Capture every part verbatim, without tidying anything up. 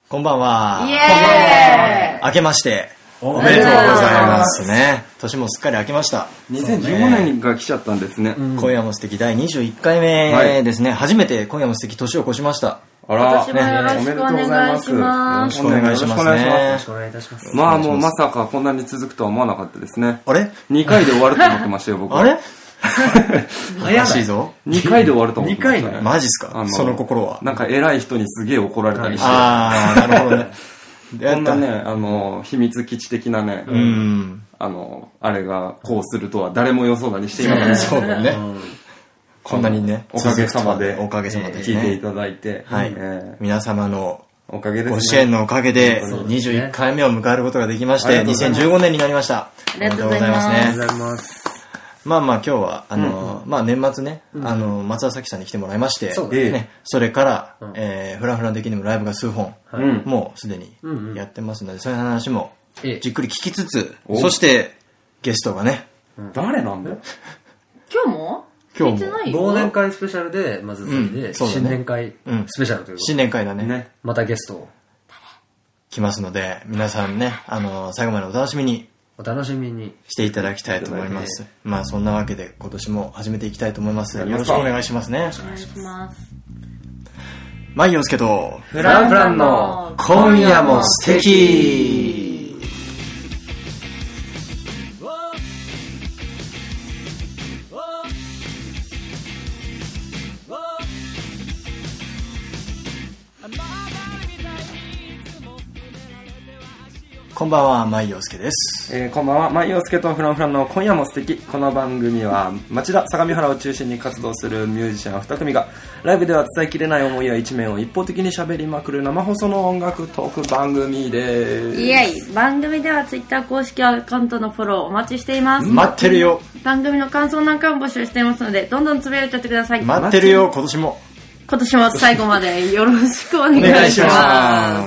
こんばんは。 イエーイ。 明けましておめでとうございますね。年もすっかり明けました。 にせんじゅうごねんが来ちゃったんですね。 うん、今夜も素敵だいにじゅういっかいめですね。はい、初めて今夜も素敵年を越しました。 あら、今年もよろしくお願いします。 よろしくお願いしますね。 よろしくお願いいたします。まあもうまさかこんなに続くとは思わなかったですね。 あれ ? に 回で終わると思ってましたよ、僕は。 あれ怪しいぞ。 にかいで終わると思ってました、ね。 にかいマジっすか？その心は。 なんか偉い人にすげえ怒られたりして。 あー、なるほどね。 こんなね、あの、秘密基地的なね、うん、あの、あれがこうするとは誰も予想だにしていなかった。 そうだね。こんなにね、 おかげさまで、 おかげさまで聞いていただいて、 はい。皆様のおかげですね。 ご支援のおかげでにじゅういっかいめを迎えることができまして、にせんじゅうごねんになりました。 ありがとうございます。 ありがとうございます。まあまあ今日は、あの、まあ年末ね、あの、松田咲さんに来てもらいまして、ね、それから、えフランフラン的にもライブが数本、もうすでにやってますので、そういう話もじっくり聞きつつ、そしてゲストがね、 誰なんだよ。 今日も今日も忘年会スペシャルでまずそれで、新年会スペシャルということで、 新年会だね。 またゲストを来ますので、皆さんね、あの、最後までお楽しみに。 お楽しみにしていただきたいと思います。まあそんなわけで今年も始めていきたいと思います。よろしくお願いしますね。 お願いします。 まいようすけとフランフランの今夜も素敵。こんばんは、まいようすけです。 えー、こんばんは、まいようすけとフランフランの今夜も素敵。この番組は町田、相模原を中心に活動するミュージシャンに組がライブでは伝えきれない思いや一面を一方的に喋りまくる生放送の音楽トーク番組です。 イエイ。番組ではツイッター公式アカウントのフォローお待ちしています。 待ってるよ。 番組の感想なんかも募集していますので、どんどんつぶやいちゃってください。 待ってるよ、今年も。 今年も最後までよろしくお願いします。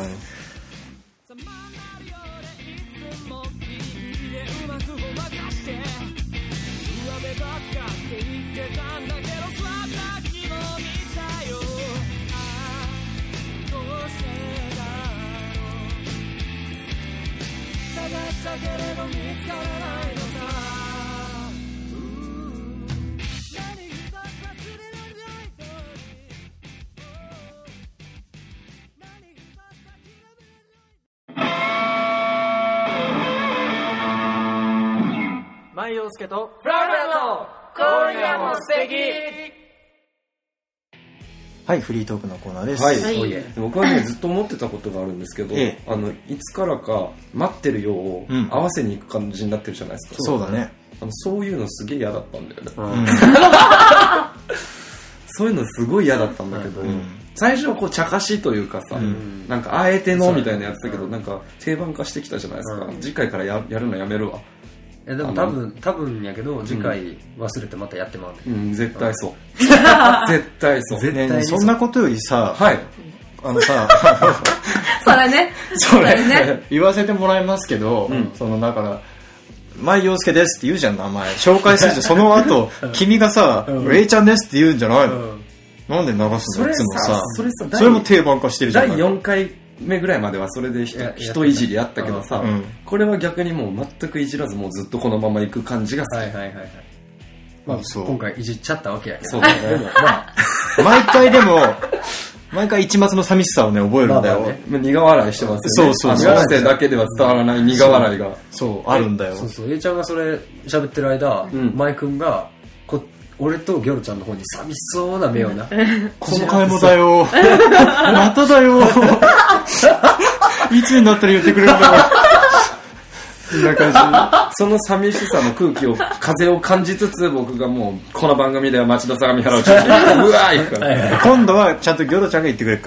まいようすけとフランフランの今夜も素敵。 はい、フリートークのコーナーです。 はい、はい、僕はねずっと思ってたことがあるんですけど、ええ、あのいつからか待ってるよを合わせに行く感じになってるじゃないですか。 そうだね。 あのそういうのすげえ嫌だったんだよね。うん、そういうのすごい嫌だったんだけど、うん、最初はこう茶化しというかさ、うん、なんかあえてのみたいなやつだけど、なんか定番化してきたじゃないですか。うん、次回から や, やるのやめるわ。 えでも多分多分やけど次回忘れてまたやってまうね。 うん、絶対そう。絶対そう。 絶対にそんなことよりさ、 はい。 あのさ、 それね。 それね。言わせてもらいますけど、うん、そのだからまいようすけですって言うじゃん名前。紹介するじゃん。その後君がさ、うん、レイちゃんですって言うんじゃないの？うん、なんで流すのいつもさ。 それさ、 それも定番化してるじゃん。 だいよんかいめぐらいまではそれで人いじりあったけどさ、うん、これは逆にもう全くいじらずもうずっとこのまま行く感じがさ、 はいはいはいはい。まあ今回いじっちゃったわけやけど、 そうだね。でもまあ毎回でも毎回一抹の寂しさをね覚えるんだよ。 まあね、苦笑いしてますよね。そうそうそう。音声だけでは伝わらない苦笑いがそうあるんだよ。 そうそう。Aちゃんがそれ喋ってる間、うん、マイ君がこ俺とギョロちゃんの方に寂しそうな目をな。 この回もだよ。まただよ。いつになったら言ってくれるんだろう。そんな感じ。その寂しさの空気を、風を感じつつ、僕がもう、この番組では町田相模原を中心に、うわー行くから。 今度はちゃんとギョロちゃんが言ってくれるから。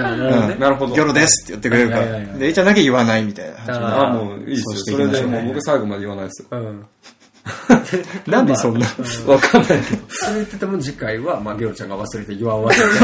なるほどね。なるほど。 ギョロですって言ってくれるから。で、Aちゃんだけ言わないみたいな。 ああ、もういいですよ。それでもう僕最後まで言わないですよ。うんなんでそんな、 わかんないけど。 それ言ってても次回は、まあ、ギョロちゃんが忘れて言わんわけそれ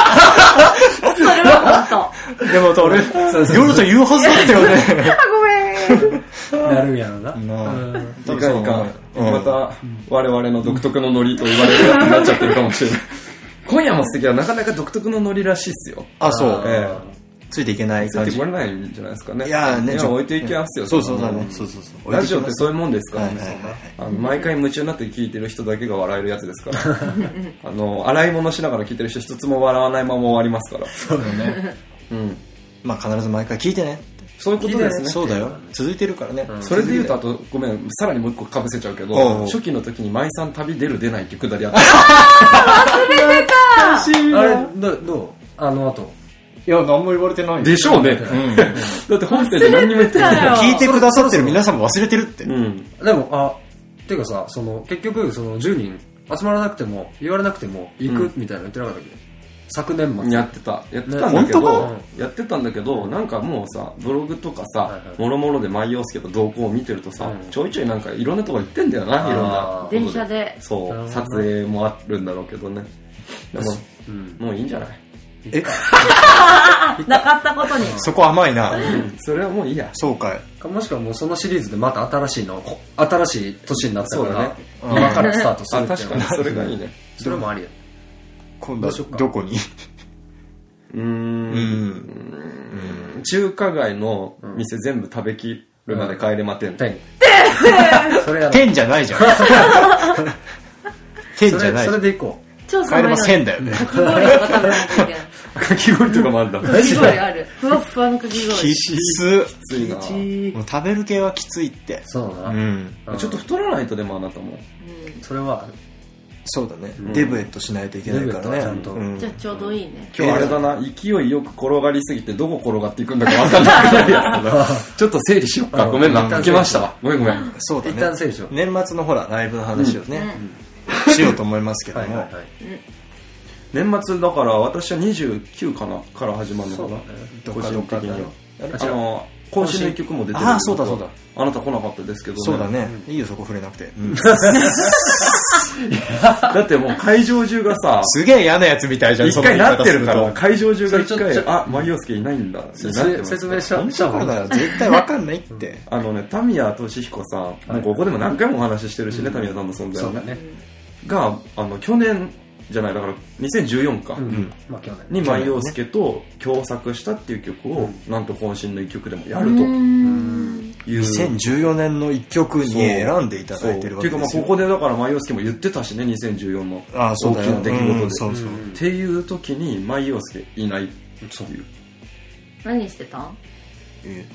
は本当。 でも俺、ギョロちゃん言うはずだったよね。 ごめん。 なるんやろな。 いかんいかん。また、我々の独特のノリと言われるやつになっちゃってるかもしれない。今夜も素敵はなかなか独特のノリらしいっすよ。 あ、そう。 えついていけない感じ。 ついてこれないんじゃないですかね。 いやーね、 いや置いていきますよ。 そうそうだね。そうそうそう。 ラジオってそういうもんですからね。 はいはいはいはい、 あの毎回夢中になって聞いてる人だけが笑えるやつですから。あの洗い物しながら聞いてる人一つも笑わないまま終わりますから。 そうだね。うん。まあ必ず毎回聞いてね。 そういうことですね。 そうだよ。続いてるからね。 うん、それで言うと、あと、ごめん、さらにもう一個被せちゃうけど、初期の時に舞さん旅出る出ないっていうくだりあった。 忘れてた。 あれ、どう、どうあの後。 いや、何も言われてない。 でしょうね。うん、だって本編で何にも言ってない。 聞いてくださってる皆さんも忘れてるって。 うん。でも、あ、ていうかさ、その、結局、そのじゅうにん集まらなくても、言われなくても、行くみたいなの言ってなかったっけ、昨年末やってたやってたんだけど、ね、やってたんだけど、なんかもうさブログとかさもろもろで舞陽介と動向を見てるとさ、うん、ちょいちょいなんかいろんなとこ行ってんだよな、いろんな電車でそう撮影もあるんだろうけどね。でも、うん、もういいんじゃない？ えなかったことにそこ甘いな、 うん、それはもういいや。 そうかい。 もしくはもうそのシリーズでまた新しいの新しい年になったから、ね、今からスタートするっていう。 確かにそれがいいね。 それもありや。 今度はどこにうーんうん中華街の店全部食べきるまで帰れまてん。 天天じゃないじゃん。天じゃない。 それで行こう。帰れませんだよね。 かき氷とか食べなきゃいけない。 かき氷とかもあるんだ。 かき氷ある。ふわふわのかき氷。 きつきついな。 もう食べる系はきついって。 そうな。 うん。 ちょっと太らないとでもあなたも。 それは。 そうだね、うん、デブエットしないといけないからね、 うん、じゃあちょうどいいね。 今日あれだな、勢いよく転がりすぎてどこ転がっていくんだか分かんなくなるやつだちょっと整理しようか。ごめんな、聞きましたわ。ごめんごめん。 そうだね、 一旦整理しよう。 年末のほらライブの話をね、うん、しようと思いますけども、はいはいはい、 年末だから私はにじゅうきゅうかなから始まるのかな、ね、個人的には。あの今週の一曲も出てる。 ああ、そうだそうだ。 あなた来なかったですけどね。 そうだね。いいよ、そこ触れなくて。うん、 だってもう会場中がさ、 すげえ嫌なやつみたいじゃん。 一回なってるから、会場中が一回、あ、舞陽介いないんだ。 説明しちゃう。 だから絶対わかんないって。 あのね、タミヤ俊彦さん、もうここでも何回もお話ししてるしね、タミヤさんの存在はね。が、あの、去年、じゃないだからにせんじゅうよんか、うんまあ、去年に舞陽介と共作したっていう曲を、うん、なんと渾身の一曲でもやるというにせんじゅうよねんの一曲に選んでいただいてるわけですよ。っていうかまあここでだから舞陽介も言ってたしね、にせんじゅうよんの大きな出来事で、うん、そうそうっていう時に舞陽介いないっていう。 何してたん？え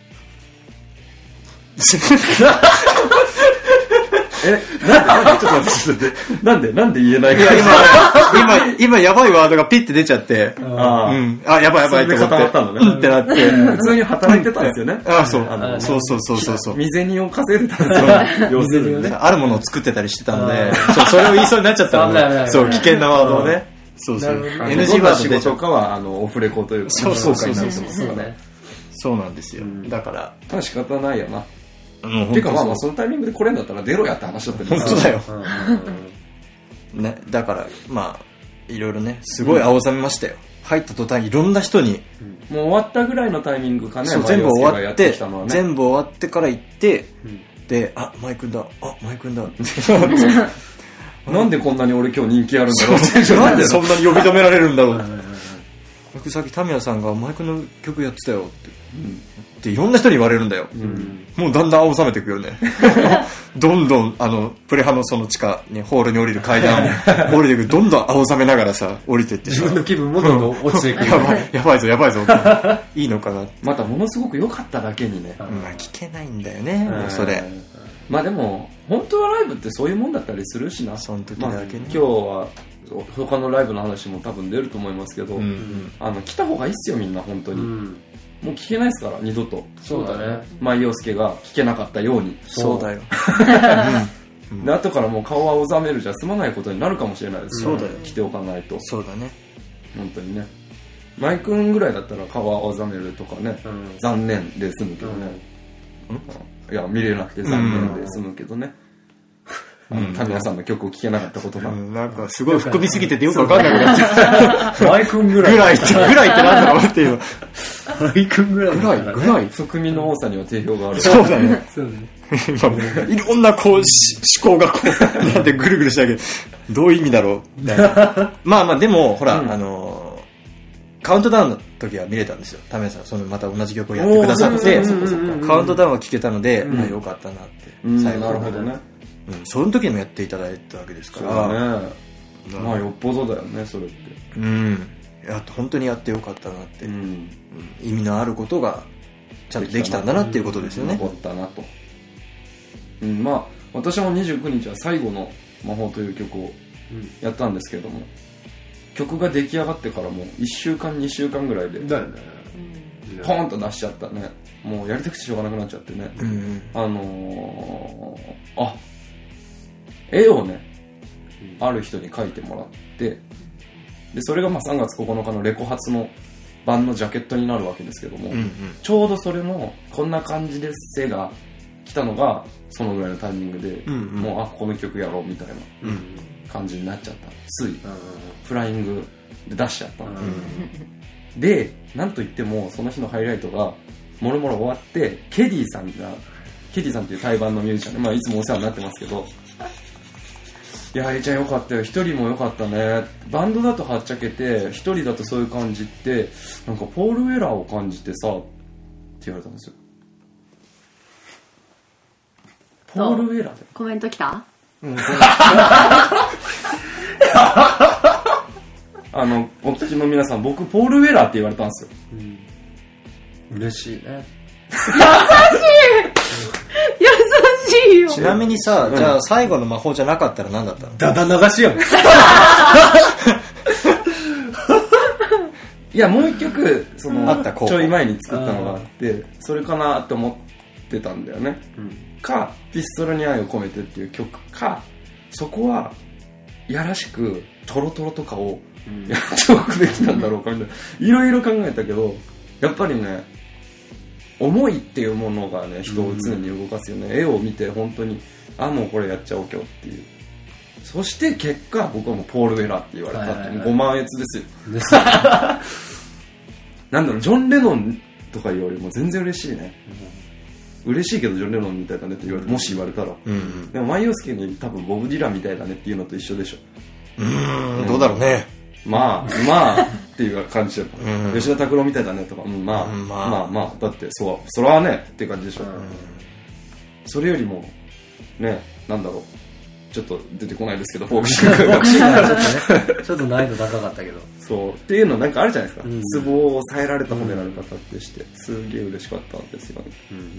え、なんでちょっと待って、なんでなんで言えないか。いや、 今、今、今やばいワードがピッて出ちゃって、あ、うん、あ、やばいやばいって思って、うんってなって、 普通に働いてたんですよね。 あ、そう、そうそうそうそうそう。 身銭を稼いでたんですよ。要するにね。 あるものを作ってたりしてたので、それを言いそうになっちゃったので、そう、危険なワードをね。そうそう。 エヌジー ワード仕事かは、あの、オフレコというか、 そうそうそうそう。そうなんですよ。だから。 まあ仕方ないよな。うん、てかまあまあそのタイミングで来れんだったら出ろやって話だったんですよ。本当だよ、ね、だからまあいろいろねすごい青ざめましたよ、うん、入った途端いろんな人に、 うん、もう終わったぐらいのタイミングかね。 全部終わって、ね、全部終わってから行って、うん、であマイ君だあマイ君だなんでこんなに俺今日人気あるんだろうなんでそんなに呼び止められるんだろう僕さっきタミヤさんがマイ君の曲やってたよって、うんっていろんな人に言われるんだよ、うん、もうだんだん青ざめていくよねどんどんあのプレハのその地下にホールに降りる階段を降りていくどんどん青ざめながらさ降りていって自分の気分もどんどん落ちていく、ね、 やばいやばいぞやばいぞいいのかなまたものすごく良かっただけにね、 うん、まあ聞けないんだよね、うん、それまあでも本当はライブってそういうもんだったりするしな。 その時だけね、まあ、 今日は他のライブの話も多分出ると思いますけど、うんうん、あの来た方がいいっすよみんな本当に、うん、もう聞けないですから二度と。 そうだね。 舞陽介が聞けなかったように。 そうだよ。 うん、で後からもう顔は青ざめるじゃ済まないことになるかもしれないです。 そうだよ。 来ておかないと。 そうだね。 本当にね。舞くんぐらいだったら顔は青ざめるとかね、うん、残念で済むけどね、うん、いや見れなくて残念で済むけどね。タミヤさんの曲を聴けなかったことが、うん、 なんかすごい含みすぎててよくわかんなくなっちゃったマイ君ぐらいぐらいってぐらいってなんだろうっていうマイ君ぐらいぐらいぐらい含みの多さには定評がある。 そうだねそうだねいろんなこう思考がこうなんてぐるぐるしたけどどういう意味だろうみたいなまあまあでもほら、うん、あのカウントダウンの時は見れたんですよ。タメさんそのまた同じ曲をやってくださってカウントダウンは聴けたので、まあ、よかったなって、 うん、最後なるほどね、 うん、その時にもやっていただいたわけですからそうね、まあよっぽどだよねそれって。 うんや本当にやってよかったなって、うんうん、意味のあることがちゃんとできたんだなっていうことですよね。 残ったなと、うん、まあ私もにじゅうくにちは最後の魔法という曲をやったんですけれども、曲が出来上がってからもういっしゅうかんにしゅうかんぐらいでだよねポーンと出しちゃったね。もうやりたくてしょうがなくなっちゃってね、うん、あのー、あ絵をね、うん、ある人に描いてもらってでそれがまあさんがつここのかのレコ発の版のジャケットになるわけですけども、うんうん、ちょうどそれのこんな感じで背が来たのがそのぐらいのタイミングで、うんうん、もうあこの曲やろうみたいな感じになっちゃった。つい、うん、フライングで出しちゃった、うん、でなんといってもその日のハイライトがもろもろ終わってケディさんがケディさんっていう対バンのミュージシャンで、まあ、いつもお世話になってますけどいや、えちゃんよかったよ。一人もよかったね。バンドだとはっちゃけて、一人だとそういう感じって、なんかポール・ウェラーを感じてさ、って言われたんですよ。ポール・ウェラーで。 コメント来た？うん。 あの、お聞きの皆さん、僕、ポール・ウェラーって言われたんですよ。 うん、嬉しいね。 優しい優しいよ。 ちなみにさ、うん、じゃあ最後の魔法じゃなかったら何だったの？ ダダ流しやん。いやもう一曲そのあったちょい前に作ったのがあってそれかなって思ってたんだよね、うん、かピストルに愛を込めてっていう曲かそこはやらしくトロトロとかをやっておくべきなんだろうかみたいないろいろ考えたけどやっぱりね思いっていうものがね人を常に動かすよね、うん、絵を見て本当にあもうこれやっちゃおう今日っていうそして結果僕はもうポール・ウェラーって言われたって、はいはいはい、ご満悦ですよですよなんだろうジョン・レノンとか言われるも全然嬉しいね、うん、嬉しいけどジョン・レノンみたいだねって言われてもし言われたら、うんうん、でもマイヨスケに多分ボブ・ディランみたいだねっていうのと一緒でしょうーん、うん、どうだろうねまあまあっていう感じだった、うん、吉田拓郎みたいだねとか、うん、まあ、うん、まあまあまあだってそうそれはねっていう感じでしょ、うん、それよりもねなんだろうちょっと出てこないですけどフォークシングフォークシングちょっとねちょっと難易度高かったけどそうっていうのなんかあるじゃないですか、うん、ツボを抑えられた褒められ方ってして、うん、すげえ嬉しかったんですよね、うんうんうんうん、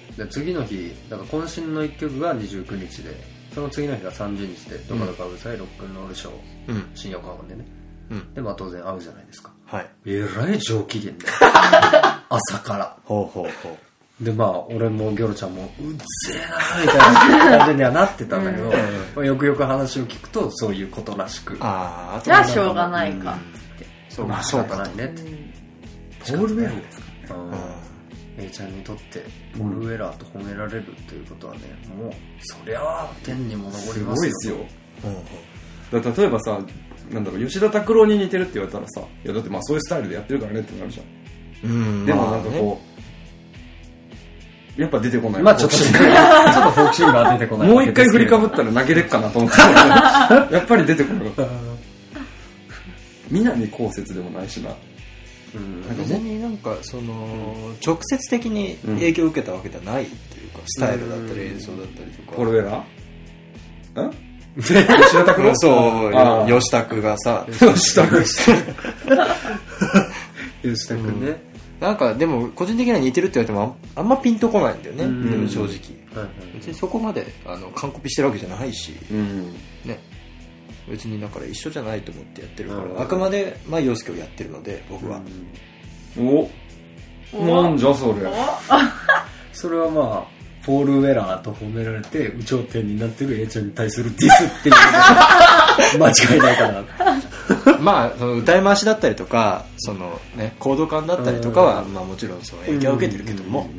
で次の日だから渾身のいっきょくがにじゅうくにちでその次の日がさんじゅうにちでドカドカうるさいロックンロールショー、うん、新横浜でね、うん、でまあ当然会うじゃないですか、はい、えらい上機嫌で朝からほうほうほうでまあ俺もギョロちゃんもうっぜえなみたいな感じにはなってたんだけど、うん、よくよく話を聞くとそういうことらしくあじゃあしょうがないかって、 うん、そうまあしょうがないねって、うん、 ポール・ウェラーですかね、 うん、A ちゃんにとってポール・ウェラーと褒められるということはねもうそりゃあ天にも昇りますよすごいですよ、うん、だ例えばさなんだろう吉田拓郎に似てるって言われたらさいやだってまあそういうスタイルでやってるからねってなるじゃん、うん、でもなんかこう、まあねやっぱ出てこない。 まあちょっと、ちょっとフォークシンガー出てこない。 もう一回振りかぶったら投げれっかなと思ってやっぱり出てこなかった。南こうせつでもないしな。 うん、なんか別になんかその、うん、直接的に影響を受けたわけではないっていうか、うん、スタイルだったり演奏だったりとか。 ポール・ウェラー？ん？吉田拓郎？ そう、吉拓がさ。 吉拓。 吉拓ね。 なんかでも個人的には似てるって言われてもあんまピンとこないんだよね、うん、でも正直、はいはい、別にそこまであの完コピしてるわけじゃないし、うん、ね別にだから一緒じゃないと思ってやってるから、うん、あくまでまあ陽介をやってるので僕は、 うん、おなんじゃそれそれはまあポール・ウェラーと褒められて有頂天になってる A ちゃんに対するディスっていう間違いないかなまあその歌い回しだったりとかそのねコード感だったりとかはまあもちろんその影響を受けてるけども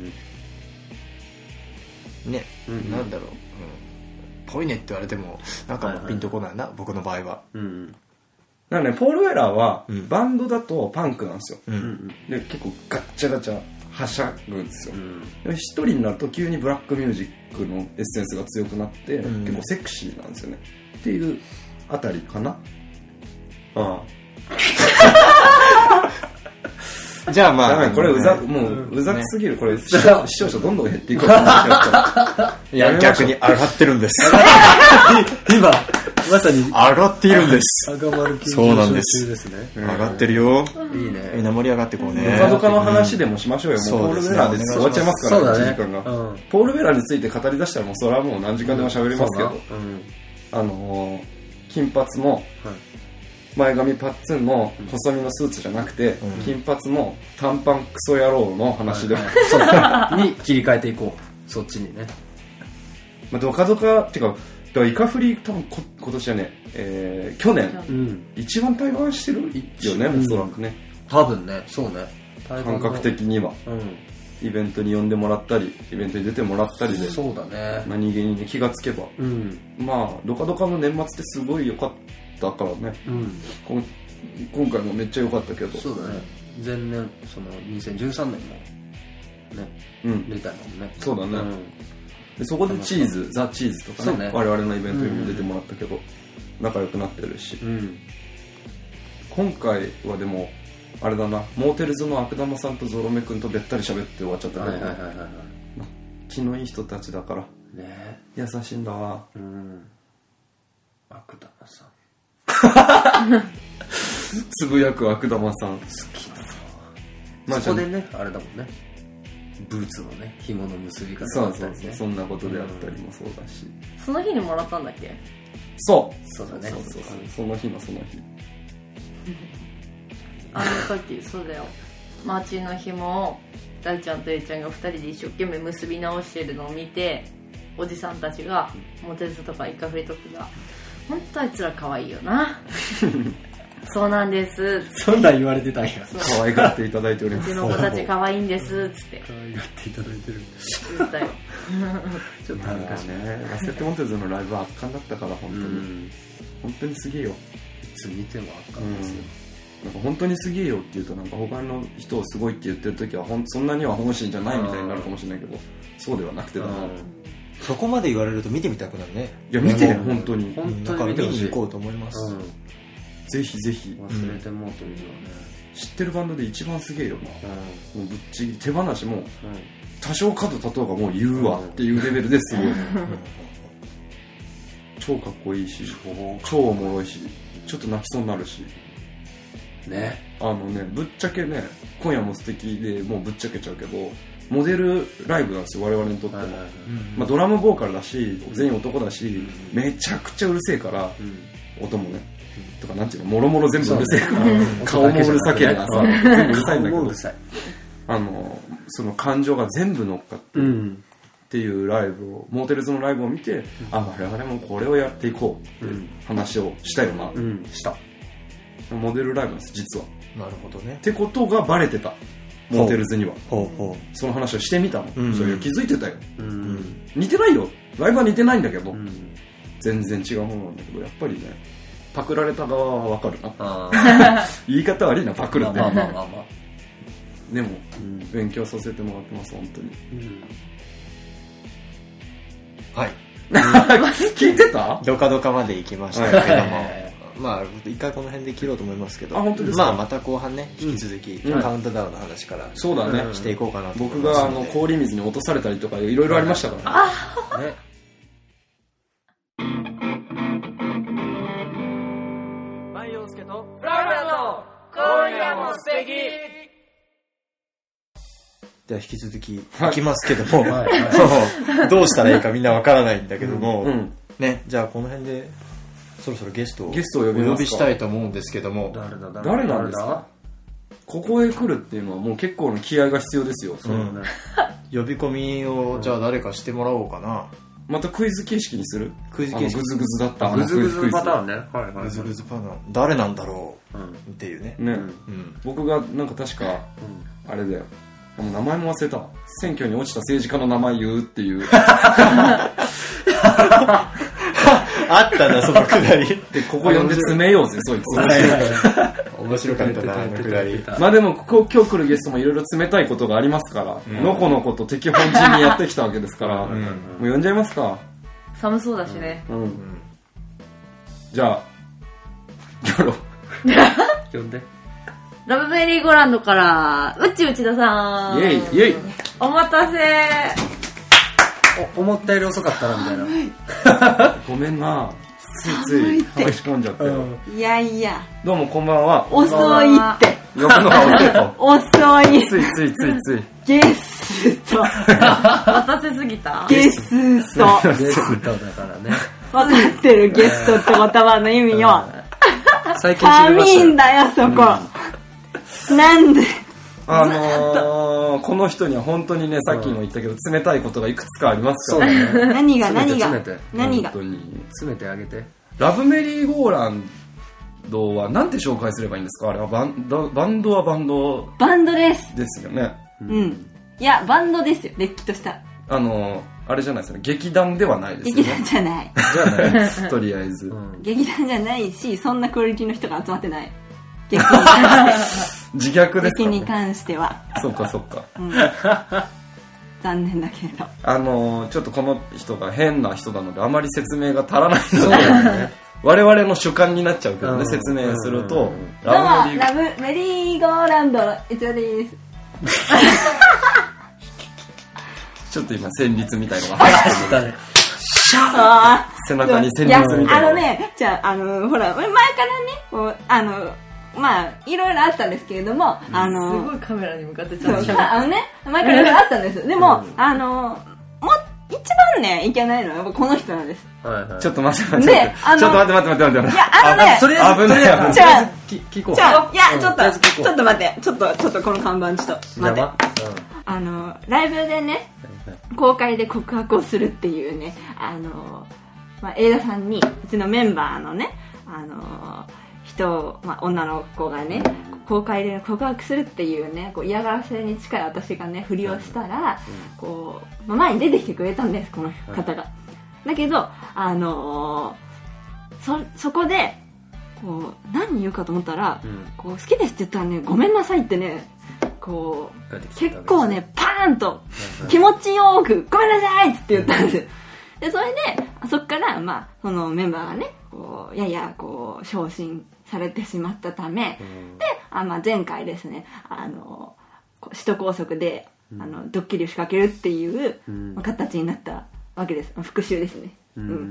ね、うん、なんだろう、うん、ぽいねって言われてもなんかピンとこないな、はいはい、僕の場合は、うん、 なんかねポール・ウェラーはバンドだとパンクなんですよ、うん、で結構ガッチャガチャはしゃぐんですよ、うん、で一人になると急にブラックミュージックのエッセンスが強くなって、うん、結構セクシーなんですよねっていうあたりかなああじゃあまあこれうざ、もううざくすぎる。これ視聴者どんどん減っていくからいや逆に上がってるんです今まさに上がっているんです。 赤丸急そうなんです。上がってるよ。 いいね。 みんな盛り上がってこうね。 ドカドカの話でもしましょうよ。もうポール・ベラーで終わっちゃいますから、いちじかんが。ポール・ベラーについて語り出したらもうそれはもう何時間でも喋りますけど、あの金髪の前髪パッツンの細身のスーツじゃなくて、金髪の短パンクソ野郎の話でに切り替えていこう。そっちにね。 まあドカドカっていうか。だからイカフリ多分こ今年はね、えー、去年、うん、一番対バンしてるよね、おそらくね。 多分ね、そうね。 感覚的には、うん、イベントに呼んでもらったり、イベントに出てもらったりで、 そうだね。 何気に、ね、気がつけば、うん、まあドカドカの年末ってすごい良かったからね、うん、こ今回もめっちゃ良かったけど。 そうだね。前年そのにせんじゅうさんねんもね、うん、出たもんね。 そうだね。うんでそこでチーズ、ザ・チーズとか ね, ね我々のイベントにも出てもらったけど、うん、仲良くなってるし、うん、今回はでもあれだな、モーテルズの悪玉さんとゾロメ君とべったり喋って終わっちゃったけど、ね、気のいい人たちだから、ね、優しいんだわ、うん、 悪玉さんつぶやく悪玉さん好きだな、まあ、そこでねあれだもんね、ブーツのね紐の結び方だったりね、そうそうそう、 そんなことであったりもそうだし、 その日にもらったんだっけ。 そうそうだね、 そうそうそう、その日のその日あの時そうだよ、マーチンの紐を大ちゃんとエイちゃんがふたりで一生懸命結び直してるのを見て、おじさんたちがモテズとかイカフリとかが本当あいつら可愛いよなそうなんですそんなん言われてたんや。 可愛がっていただいております。 うちの子たち可愛いんですつって可愛がっていただいてる言ったよちょっとなんかね、ラセットモンテーズのライブは圧巻だったから本当に、うん、本当にすげえよ、いつ見ても圧巻ですよ、 うん、なんか本当にすげえよって言うとなんか他の人をすごいって言ってる時はほんそんなには本心じゃないみたいになるかもしれないけど、そうではなくてだな、 そこまで言われると見てみたくなるね。 いや見てよ本当に、 本当に見てほしい。見に行こうと思います、うん、 ぜひぜひ忘れてもうというのはね、 知ってるバンドで一番すげえよな、うん、もうぶっちぎり手放しも、うん、多少角立とうがもう言うわっていうレベルですごい、うん、超かっこいいし超おもろいしちょっと泣きそうになるしね、 あのねぶっちゃけね今夜も素敵でもうぶっちゃけちゃうけどモデルライブなんですよ我々にとっても、はいはいはい、まあ、ドラムボーカルだし全員男だし、うん、めちゃくちゃうるせえから、うん、音もねとかなんていうのもろもろ全部うるせえから、ね、顔もうるさければさ、全部うるさいんだけどあのその感情が全部乗っかって、うん、っていうライブをモーテルズのライブを見て、うん、あ我々もこれをやっていこうって話をしたよな、うん、したモデルライブなんです実は。 なるほどね。 ってことがバレてたモーテルズには。ほうほうその話をしてみたの、うん、それ気づいてたよ、うん、似てないよライブは似てないんだけど、うん、全然違うものなんだけどやっぱりねパクられた側はわかるなあ言い方悪いなパクるって、まあまあまあまあ、まあ、でも、うん、勉強させてもらってます本当に、うん、はい聞いてたドカドカまで行きましたけども、はい、まあ一回この辺で切ろうと思いますけど、あ本当ですか。まあまた後半ね引き続き、うん、カウントダウンの話から、 そうだねしていこうかなと思います。僕があの氷水に落とされたりとかいろいろありましたからね。あねマイヨウスケとフラフラの今夜も素敵。 では引き続きいきますけども、はいはい、どうしたらいいかみんなわからないんだけども、うんうん、ねじゃあこの辺でそろそろゲストをゲストを呼びお呼びしたいと思うんですけども、 誰だ誰だ誰なんですか。ここへ来るっていうのはもう結構の気合が必要ですよ。そうね、うん、 呼び込みをじゃあ誰かしてもらおうかな。 またクイズ形式にする。 クイズ形式。 グズグズだったグズグズパターンね。はいはい、はい、 グズグズパターン誰なんだろう、うん、っていうね。ね、うん、 僕がなんか確か、うん、あれだよ。もう名前も忘れた。選挙に落ちた政治家の名前言うっていう。 あったなそのくだり。 でここ呼んで詰めようぜそいつ。 面白かったなあのくだり。 まあでもここ今日来るゲストもいろいろ冷たいことがありますから、うん、のこのこと敵本陣にやってきたわけですから、うん、もう呼んじゃいますか。 寒そうだしね。うん。うん、 じゃあやろう。 呼んで。 ラブメリーゴーランドから、うっち内田さん。 イェイ、イェイ。 お待たせ。 お、思ったより遅かったな、みたいな。 ごめんな。ついつい、話し込んじゃったよ。 いやいや。 どうもこんばんは。 遅いって。 呼ぶのが遅いと。 遅い。 ついついついつい。 ゲスト。待たせすぎたゲスト。 ゲストだからね。 分かってるゲストって言葉の意味よ。 最近知りました。寒いんだよ、そこ。うん、なんであのー、この人には本当にね、さっきも言ったけど、冷たいことがいくつかありますからね。 そうね。何が何が詰めて何が本当に詰めてあげて。 ラブメリーゴーランドはなんて紹介すればいいんですか？あれはバンド、バンドはバンドバンドですですよね。 うん。いや、バンドですよ、れっきとした。 あのー、あれじゃないですよね。劇団ではないですよね。 劇団じゃない。 じゃない。とりあえず、うん。 劇団じゃないし、そんなクオリティの人が集まってない。劇自虐ですか、ね、 劇に関しては。 そっかそっか。 うん、残念だけど。 あのー、ちょっとこの人が変な人なので、あまり説明が足らないので、ね、我々の主観になっちゃうけどね、説明すると。どうも、 ラブメリーゴーランド、いつです。 ちょっと今、旋律みたいなのが入ってるね。背中に旋律みたいな。 あのね、じゃあ、あの、ほら、前からね、こう、あの、まあ、いろいろあったんですけれども、あの、 すごいカメラに向かってちゃんとそう、あのね、前からいろいろあったんです。でも、あの、も一番ね、いけないのはやっぱこの人なんです。 はいはい、ちょっと待って待って待って。ちょっと待って待って待って待って。 いや、あのね、 とりあえず、とりあえず、 じゃあ、 聞こう。 じゃあ、いや、ちょっと、ちょっと待って、ちょっと、ちょっとこの看板ちょっと待って。あの、ライブでね、公開で告白をするっていうね、あの、まあ、映田さんに、うちのメンバーのね、あの、人、まあ、女の子がね、公開で告白するっていうね、こう嫌がらせに近い私がね、振りをしたら、こう、まあ、前に出てきてくれたんです、この方が。だけど、あのー、そ、そこで、こう、何言うかと思ったら、こう、好きですって言ったらね、ごめんなさいってね、こう、結構ね、パーンと、気持ちよく、ごめんなさいって言ったんです。で、それで、そっから、まあ、そのメンバーがね、こう、やや、こう、昇進されてしまったため、うん、で、あ、まあ、前回ですね、あの、首都高速で、うん、あの、ドッキリを仕掛けるっていう、うん、形になったわけです。復讐ですね。うん。うん、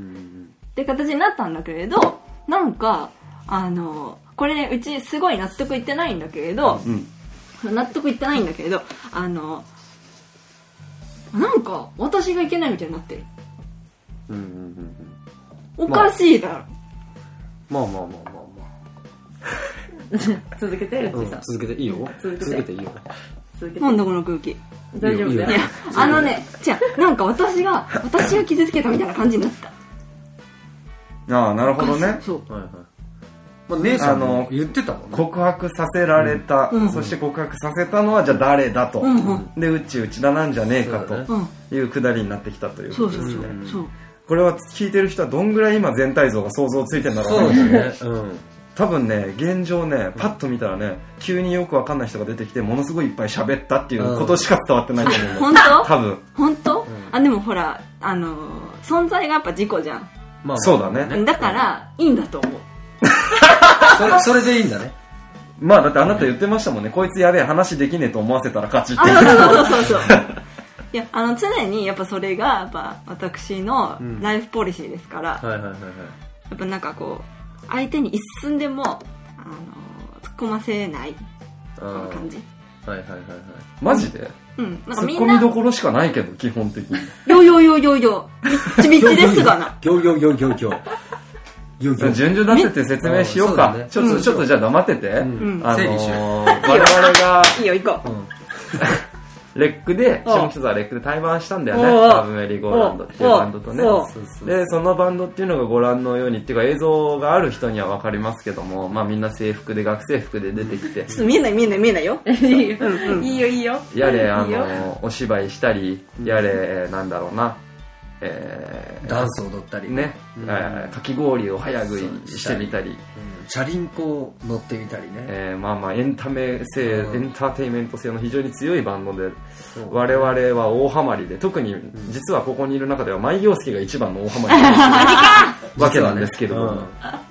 って形になったんだけれど、なんか、あの、これね、うちすごい納得いってないんだけれど、うん、納得いってないんだけれど、あの、なんか、私がいけないみたいになってる。うんうんうんうん、おかしいだろ、 まあ、まあまあまあまあ続けて、 うん、続けていいよ。続けて、続けていいよ。 続けて。なんだこの空気。 大丈夫だよ。 いや、あのね、違う、なんか私が私が傷つけたみたいな感じになった。 ああ、なるほどね。 そう。 はいはい。まあ、姉さんの言ってたもんね。 告白させられた、うん、そして告白させたのはじゃあ誰だと、うんうん、でうちうちだなんじゃねえかというくだりになってきたということですね。そうそうそうそう。これは聞いてる人はどんぐらい今全体像が想像ついてるんだろうね。そうね。うん。多分ね、現状ね、パッと見たらね、急によくわかんない人が出てきて、ものすごいいっぱい喋ったっていうことしか伝わってないと思うんだよ。 本当？ 多分。 本当？うん、あ、でもほら、あのー、存在がやっぱ事故じゃん。 まあ、そうだね。 だから、いいんだと思う。 それ、それでいいんだね。 まあ、だってあなた言ってましたもんね、こいつやべえ話できねえと思わせたら勝ちって。 あ、そうそうそうそう。いや、あの、常にやっぱそれが、やっぱ私のライフポリシーですから、うん、はいはいはいはい。やっぱなんかこう、相手に一寸でも、あの、突っ込ませない、この感じ。 はいはいはいはい。 マジで？ うん。 なんかみんな。突っ込みどころしかないけど、基本的に。 よよよよよ。みっちみっちですがな。 よよよよよ。 順序立てて説明しようか。うね、ちょっと、うん、ちょっとじゃあ黙ってて。うん、あのー、我々が、 いいよ、行こう。うんレックで、下北沢レックで対バンしたんだよね。ラブメリーゴーランドっていうバンドとね。で、そのバンドっていうのがご覧のように、っていうか映像がある人にはわかりますけども、まあみんな制服で、学生服で出てきて。 ちょっと見えない見えない見えないよ。いいよ、いいよ、いいよ。 やれ、あの、お芝居したり、やれ、なんだろうな。 えー、ダンス踊ったりね、うん、えー、かき氷を早食いしてみたり、うん、 チャリンコ乗ってみたりね、 えー、まあまあエンタメ性、うん、エンターテインメント性の非常に強いバンドで、我々は大ハマりで、特に実はここにいる中では舞陽介が一番の大ハマりなわけなんですけれども、 あ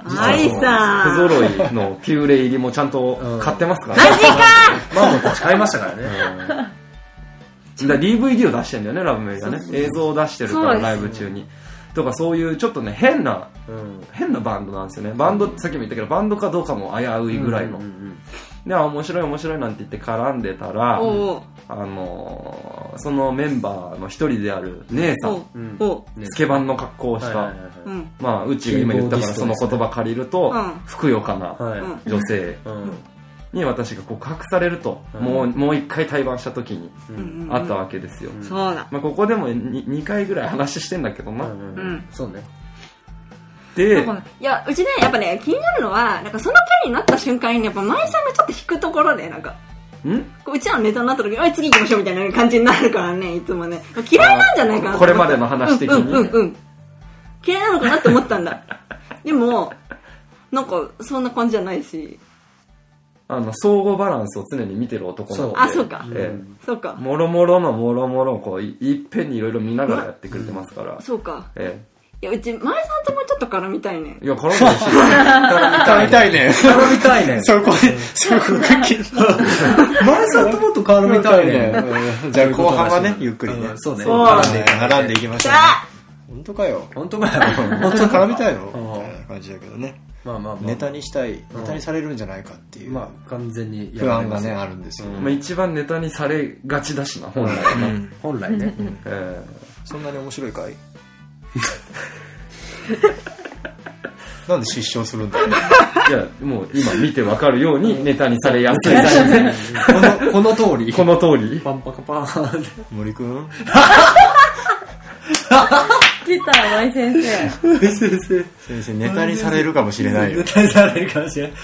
愛さん。不揃いのピューレ入りもちゃんと買ってますからね。マジかマンゴーたち買いましたからね。 だ ディーブイディー を出してんだよね、ラブメイがね。映像を出してるから、ライブ中に。とかそういうちょっとね、変な、うん、変なバンドなんですよね。バンド、さっきも言ったけど、バンドかどうかも危ういぐらいの。うんうんうん、で、面白い面白いなんて言って絡んでたら、あのー、そのメンバーの一人である姉さん、スケバンの格好をした、まあ、うちが今言ったからその言葉借りると、ふくよかな女性に私が告白されると、もう、もう一回対バンした時にあったわけですよ。 そうだ。 まあ、ここでも 2, にかいぐらい話してんだけどな。うん、 そうね。 で、いや、うちね、やっぱね、気になるのは、なんかそのキャラになった瞬間に、やっぱ、舞さんがちょっと引くところで、なんか、んうちらのネタになった時に、おい、次行きましょうみたいな感じになるからね、いつもね。嫌いなんじゃないかな。 これまでの話的に。 うんうんうん。嫌いなのかなって思ったんだ。でも、なんか、そんな感じじゃないし。 あの、相互バランスを常に見てる男の子で。 あ、そうか。 ええ、 そうか。 もろもろのもろもろをこう、い, いっぺんにいろいろ見ながらやってくれてますから。 うん、そうか。 ええ。 いや、うち、前さんともちょっと絡みたいね。 いや、絡みたいし。絡みたいね。 絡みたいね。 そこで、そこが気になる。 前さんともっと絡みたいね。 じゃあ後半はね、ゆっくりね。 そうね。 絡んで、絡んでいきましょう。本当かよ。 本当かよ。 本当絡みたいのみたいな感じだけどね。 まあまあまあ。 ネタにしたい、ネタにされるんじゃないかっていう。 まあ、完全に不安がね、あるんですよ。 まあ一番ネタにされがちだしな、本来は。本来ね。 そんなに面白いかいなんで失笑するんだろう。 いや、もう今見てわかるようにネタにされやすい。 この、この通り。 この通り。 パンパカパーン。 森くん来た、舞先生。 先生。先生、ネタにされるかもしれないよ。 ネタにされるかもしれない。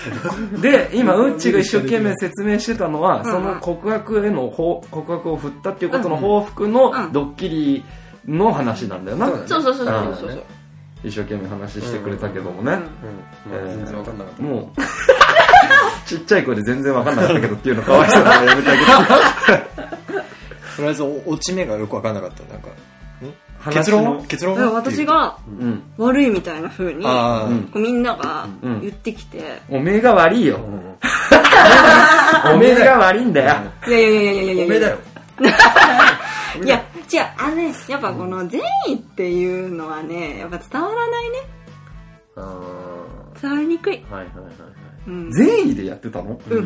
で、今、ウッチが一生懸命説明してたのは、その告白への、告白を振ったっていうことの報復のドッキリの話なんだよな。 そうそうそうそうそう。 一生懸命話してくれたけどもね。 全然わかんなかった。 もう、ちっちゃい声で全然わかんなかったけどっていうのかわいそうだからやめてあげて。 とりあえず、落ち目がよくわかんなかった。なんか、結論結論私が悪いみたいな風にみんなが言ってきて、 おめえが悪いよ。おめえが悪いんだよ。 いやいやいやいやいやいやおめえだよ。 いや違う、あのね、やっぱこの善意っていうのはね、やっぱ伝わらないね。伝わりにくい。 はいはいはいはい。 善意でやってたの？ うん。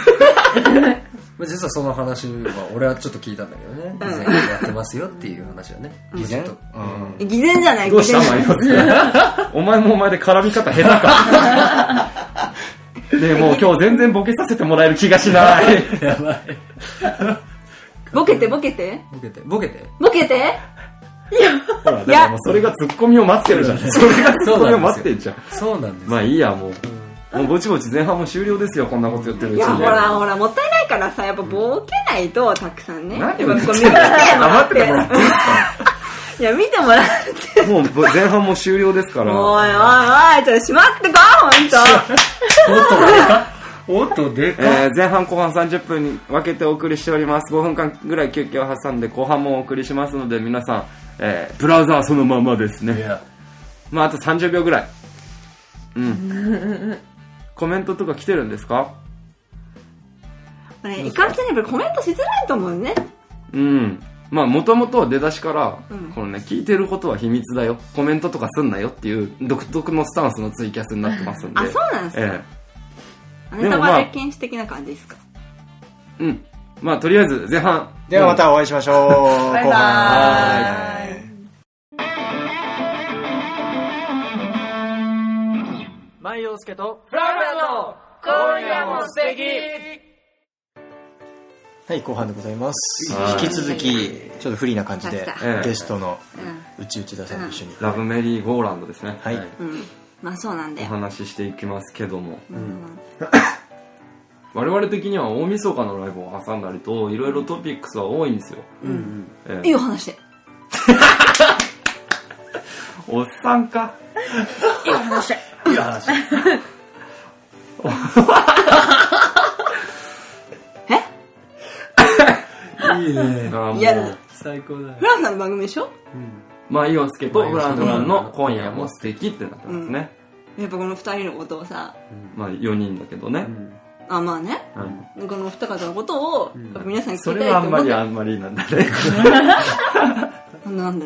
実はその話は俺はちょっと聞いたんだけどね。偽善やってますよっていう話はね。 偽善？ 偽善じゃない。 どうしたお前もお前で絡み方下手か。でもう今日全然ボケさせてもらえる気がしない。 やばい。 ボケてボケて。 ボケてボケて。 ボケて。 いや、ほら、でもそれがツッコミを待ってるじゃん。それがツッコミを待ってんじゃん。 そうなんです。 まあいいや、もう。もうぼちぼち前半も終了ですよ、こんなこと言ってるうちに。 いや、ほらほら、もったいないからさ、やっぱボケないと、たくさんね。 何を見てもらってもらっていいですか？ いや、見てもらって。 もう前半も終了ですから。 おいおいおい、ちょっとしまってこい、ほんと。 おっとでかおっとでかえー、前半後半さんじゅっぷんに分けてお送りしております。ごふんかんぐらい休憩を挟んで後半もお送りしますので、皆さん、えー、ブラウザーそのままですね。まあ、あとさんじゅうびょうぐらい。うん。コメントとか来てるんですか？ ね、いかんせんやっぱりコメントしづらいと思うね。 うん。まあ、もともと出だしから、うん、このね、聞いてることは秘密だよ。コメントとかすんなよっていう独特のスタンスのツイキャスになってますんで。 あ、そうなんですか？ええ。ネタバレ禁止的な感じですか？ うん。まあ、とりあえず前半。 ではまたお会いしましょう。 バイバーイ。 舞陽介とフラフラの今夜も素敵。 はい、後半でございます。引き続きちょっと不利な感じでゲストの内内田さんと一緒に、 ラブメリーゴーランドですね。 はい、 うん、まあそうなんでお話ししていきますけども、うん、我々的には大晦日のライブを挟んだりといろいろトピックスは多いんですよ。 うんうんえー、いいお話でおっさんかいいお話でいい話いいね。 いや最高だよ。 フランさんの番組でしょ？ まあ、イオスケとフランフランの今夜も素敵ってなってますね。 やっぱこのふたりのことをさ、 うん、まあよにんだけどね、うん、 あまあね、うん、この二方のことを、うん、皆さん聞きたいと思って、それはあんまりあんまりなんだねなんで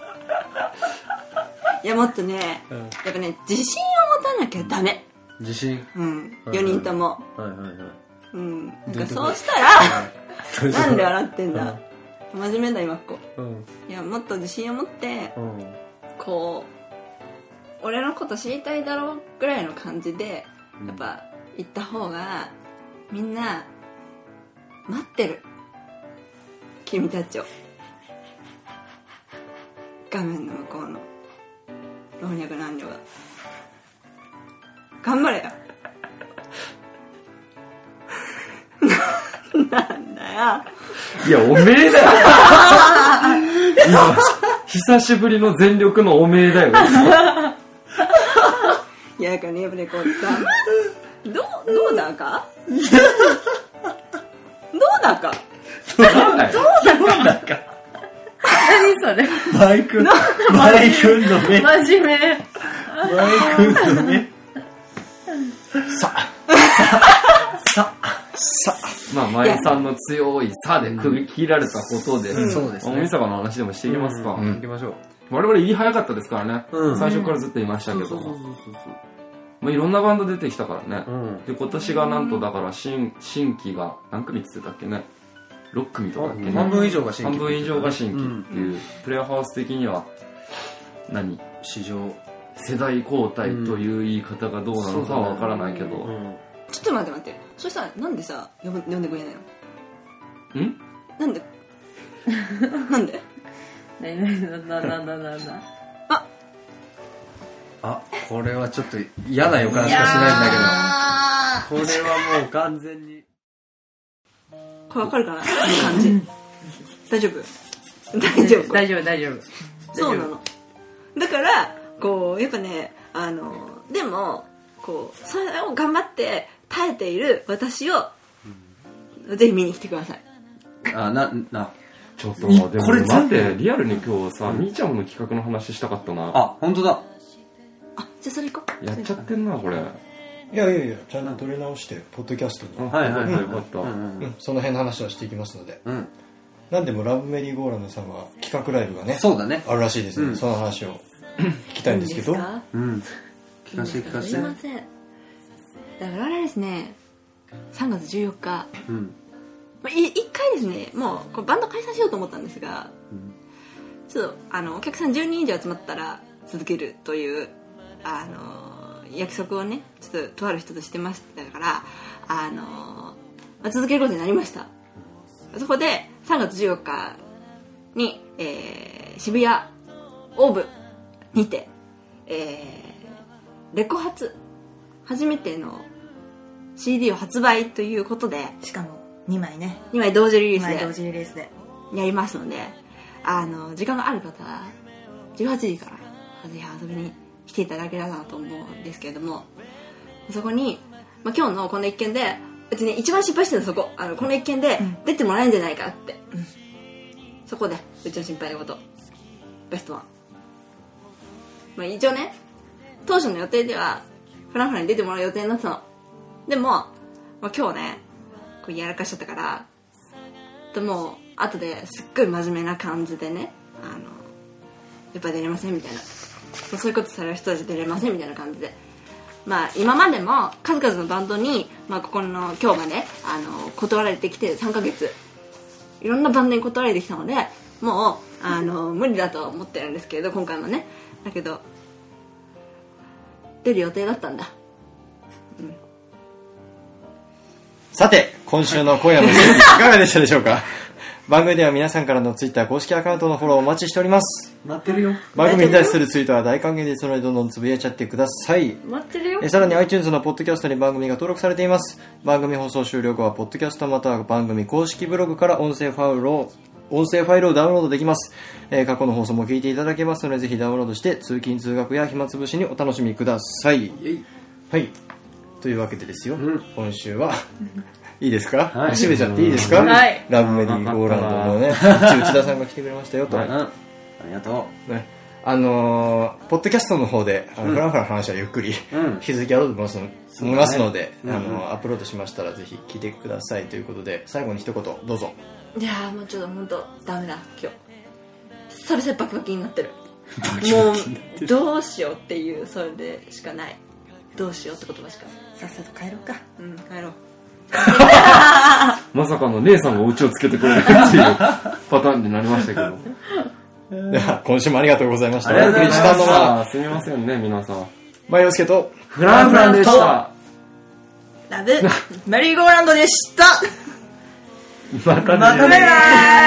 いやもっとね、うん、やっぱね自信を持たなきゃダメ。 自信、 うん、よにんとも、 はいはいはい、 うん、なんかそうしたらなんで笑ってんだ、うん、真面目だ今っこ、うん、いやもっと自信を持って、うん、こう俺のこと知りたいだろうぐらいの感じで、うん、やっぱ言った方がみんな待ってる、君たちを。画面の向こうの老若男女が頑張れよなんだよ。 いやおめえだよ今久しぶりの全力のおめえだよいやなんかねやっぱねこう頑張るどうどうだかどうだかどうだか何それバイクバイクの目真面目バイクの目さささまあ前さんの強いさで区切られたことで、 うん、そうですね。 大晦日の話でもしていきますか。 うんうん、行きましょう。 我々言い早かったですからね。うん、最初からずっと言いましたけど。まあいろんなバンド出てきたからね。うん、で今年がなんとだから新新規が何組って言ってたっけね。ろっくみとかだっけね。 半分以上が新規。 半分以上が新規っていう、うん、プレイヤーハウス的には何市場世代交代という言い方がどうなのかはわからないけど。 ちょっと待って待って。そしたらなんでさ呼んでくれないの？ ん？ なんで？なんで？ ななななななな。 あ、 あ、これはちょっと嫌な予感しかしないんだけど。これはもう完全に。 これわかるかな？この感じ。大丈夫？大丈夫？ 大丈夫大丈夫。 そうなの。だからこうやっぱねあのでもこうそれを頑張って耐えている私を、うん、ぜひ見に来てください。 あななちょっとでもこれ待ってリアルに今日さ、うん、みーちゃんの企画の話したかったな。 あ本当だ。 あじゃあそれ行こう。やっちゃってんなこれ。 いやいやいやちゃんと取り直してポッドキャストに、 はいはいはい、よかった、うんうん、その辺の話はしていきますので、うん、なんでもラブメリーゴーランドさんは企画ライブがねそうだねあるらしいですね、うん、その話を聞きたいんですけど。 いいですか？ うん。聞かせて聞かせて。 すいません。だからですね、さんがつじゅうよっか、うん、まあ、い一回ですね、もうこうバンド解散しようと思ったんですが、うん、ちょっとあのお客さんじゅうにん以上集まったら続けるというあの約束をね、ちょっととある人としてましたから、あのまあ、続けることになりました。そこでさんがつじゅうよっかに、えー、渋谷オーブにて、えー、レコ発初めての シーディー を発売ということで、 しかもにまいねにまい同時リリースでにまい同時リリースでやりますので、あの時間がある方はじゅうはちじからぜひ遊びに来ていただければなと思うんですけれども、そこに、まあ、今日のこの一件でうちね一番心配してるのそこ、あのこの一件で出てもらえるんじゃないかって、うん、そこでうちの心配なことベストワン、まあ、一応ね当初の予定ではフランフランに出てもらう予定になってたの。でも、まあ、今日ねこうやらかしちゃったからでも後ですっごい真面目な感じでね、あのやっぱ出れませんみたいな、そういうことされる人たち出れませんみたいな感じで、まあ今までも数々のバンドに、まあ、ここの今日がねあの断られてきてさんかげついろんなバンドに断られてきたのでもうあの無理だと思ってるんですけれど、今回もねだけど出る予定だったんだ、うん、 さて今週の今夜のいかがでしたでしょうか。番組では皆さんからのツイッター公式アカウントのフォローをお待ちしております。 待ってるよ。 番組に対するツイートは大歓迎ですのでどんどんつぶやいちゃってください。 待ってるよ。 えさらに iTunes のポッドキャストに番組が登録されています。番組放送終了後はポッドキャストまたは番組公式ブログから音声ファイルを音声ファイルをダウンロードできます、えー、過去の放送も聞いていただけますのでぜひダウンロードして通勤通学や暇つぶしにお楽しみください。はいというわけでですよ、うん、今週はいいですか、はい、締めちゃっていいですか、 はい、 ラブメリーゴーランドのね内田さんが来てくれましたよと、はい、 ありがとう、ね、 あのー、ポッドキャストの方で、あの、うん、フランフランの話はゆっくり、うん、引き続きやろうと思いますの、思いますので、ね、あの、うん、アップロードしましたらぜひ聞いてくださいということで、最後に一言どうぞ。 いやーもうちょっと本当ダメだ今日。久々にバキバキになってる。もうどうしようっていうそれでしかない。どうしようって言葉しか。 さっさと帰ろうか。 うん帰ろう。 まさかの姉さんがお家をつけてくれるっていうパターンになりましたけど。 では今週もありがとうございました。 ありがとうございました。すみませんね皆さん。 まよすけとフランフランでした。 ラブメリーゴーランドでした。 またね。 またね。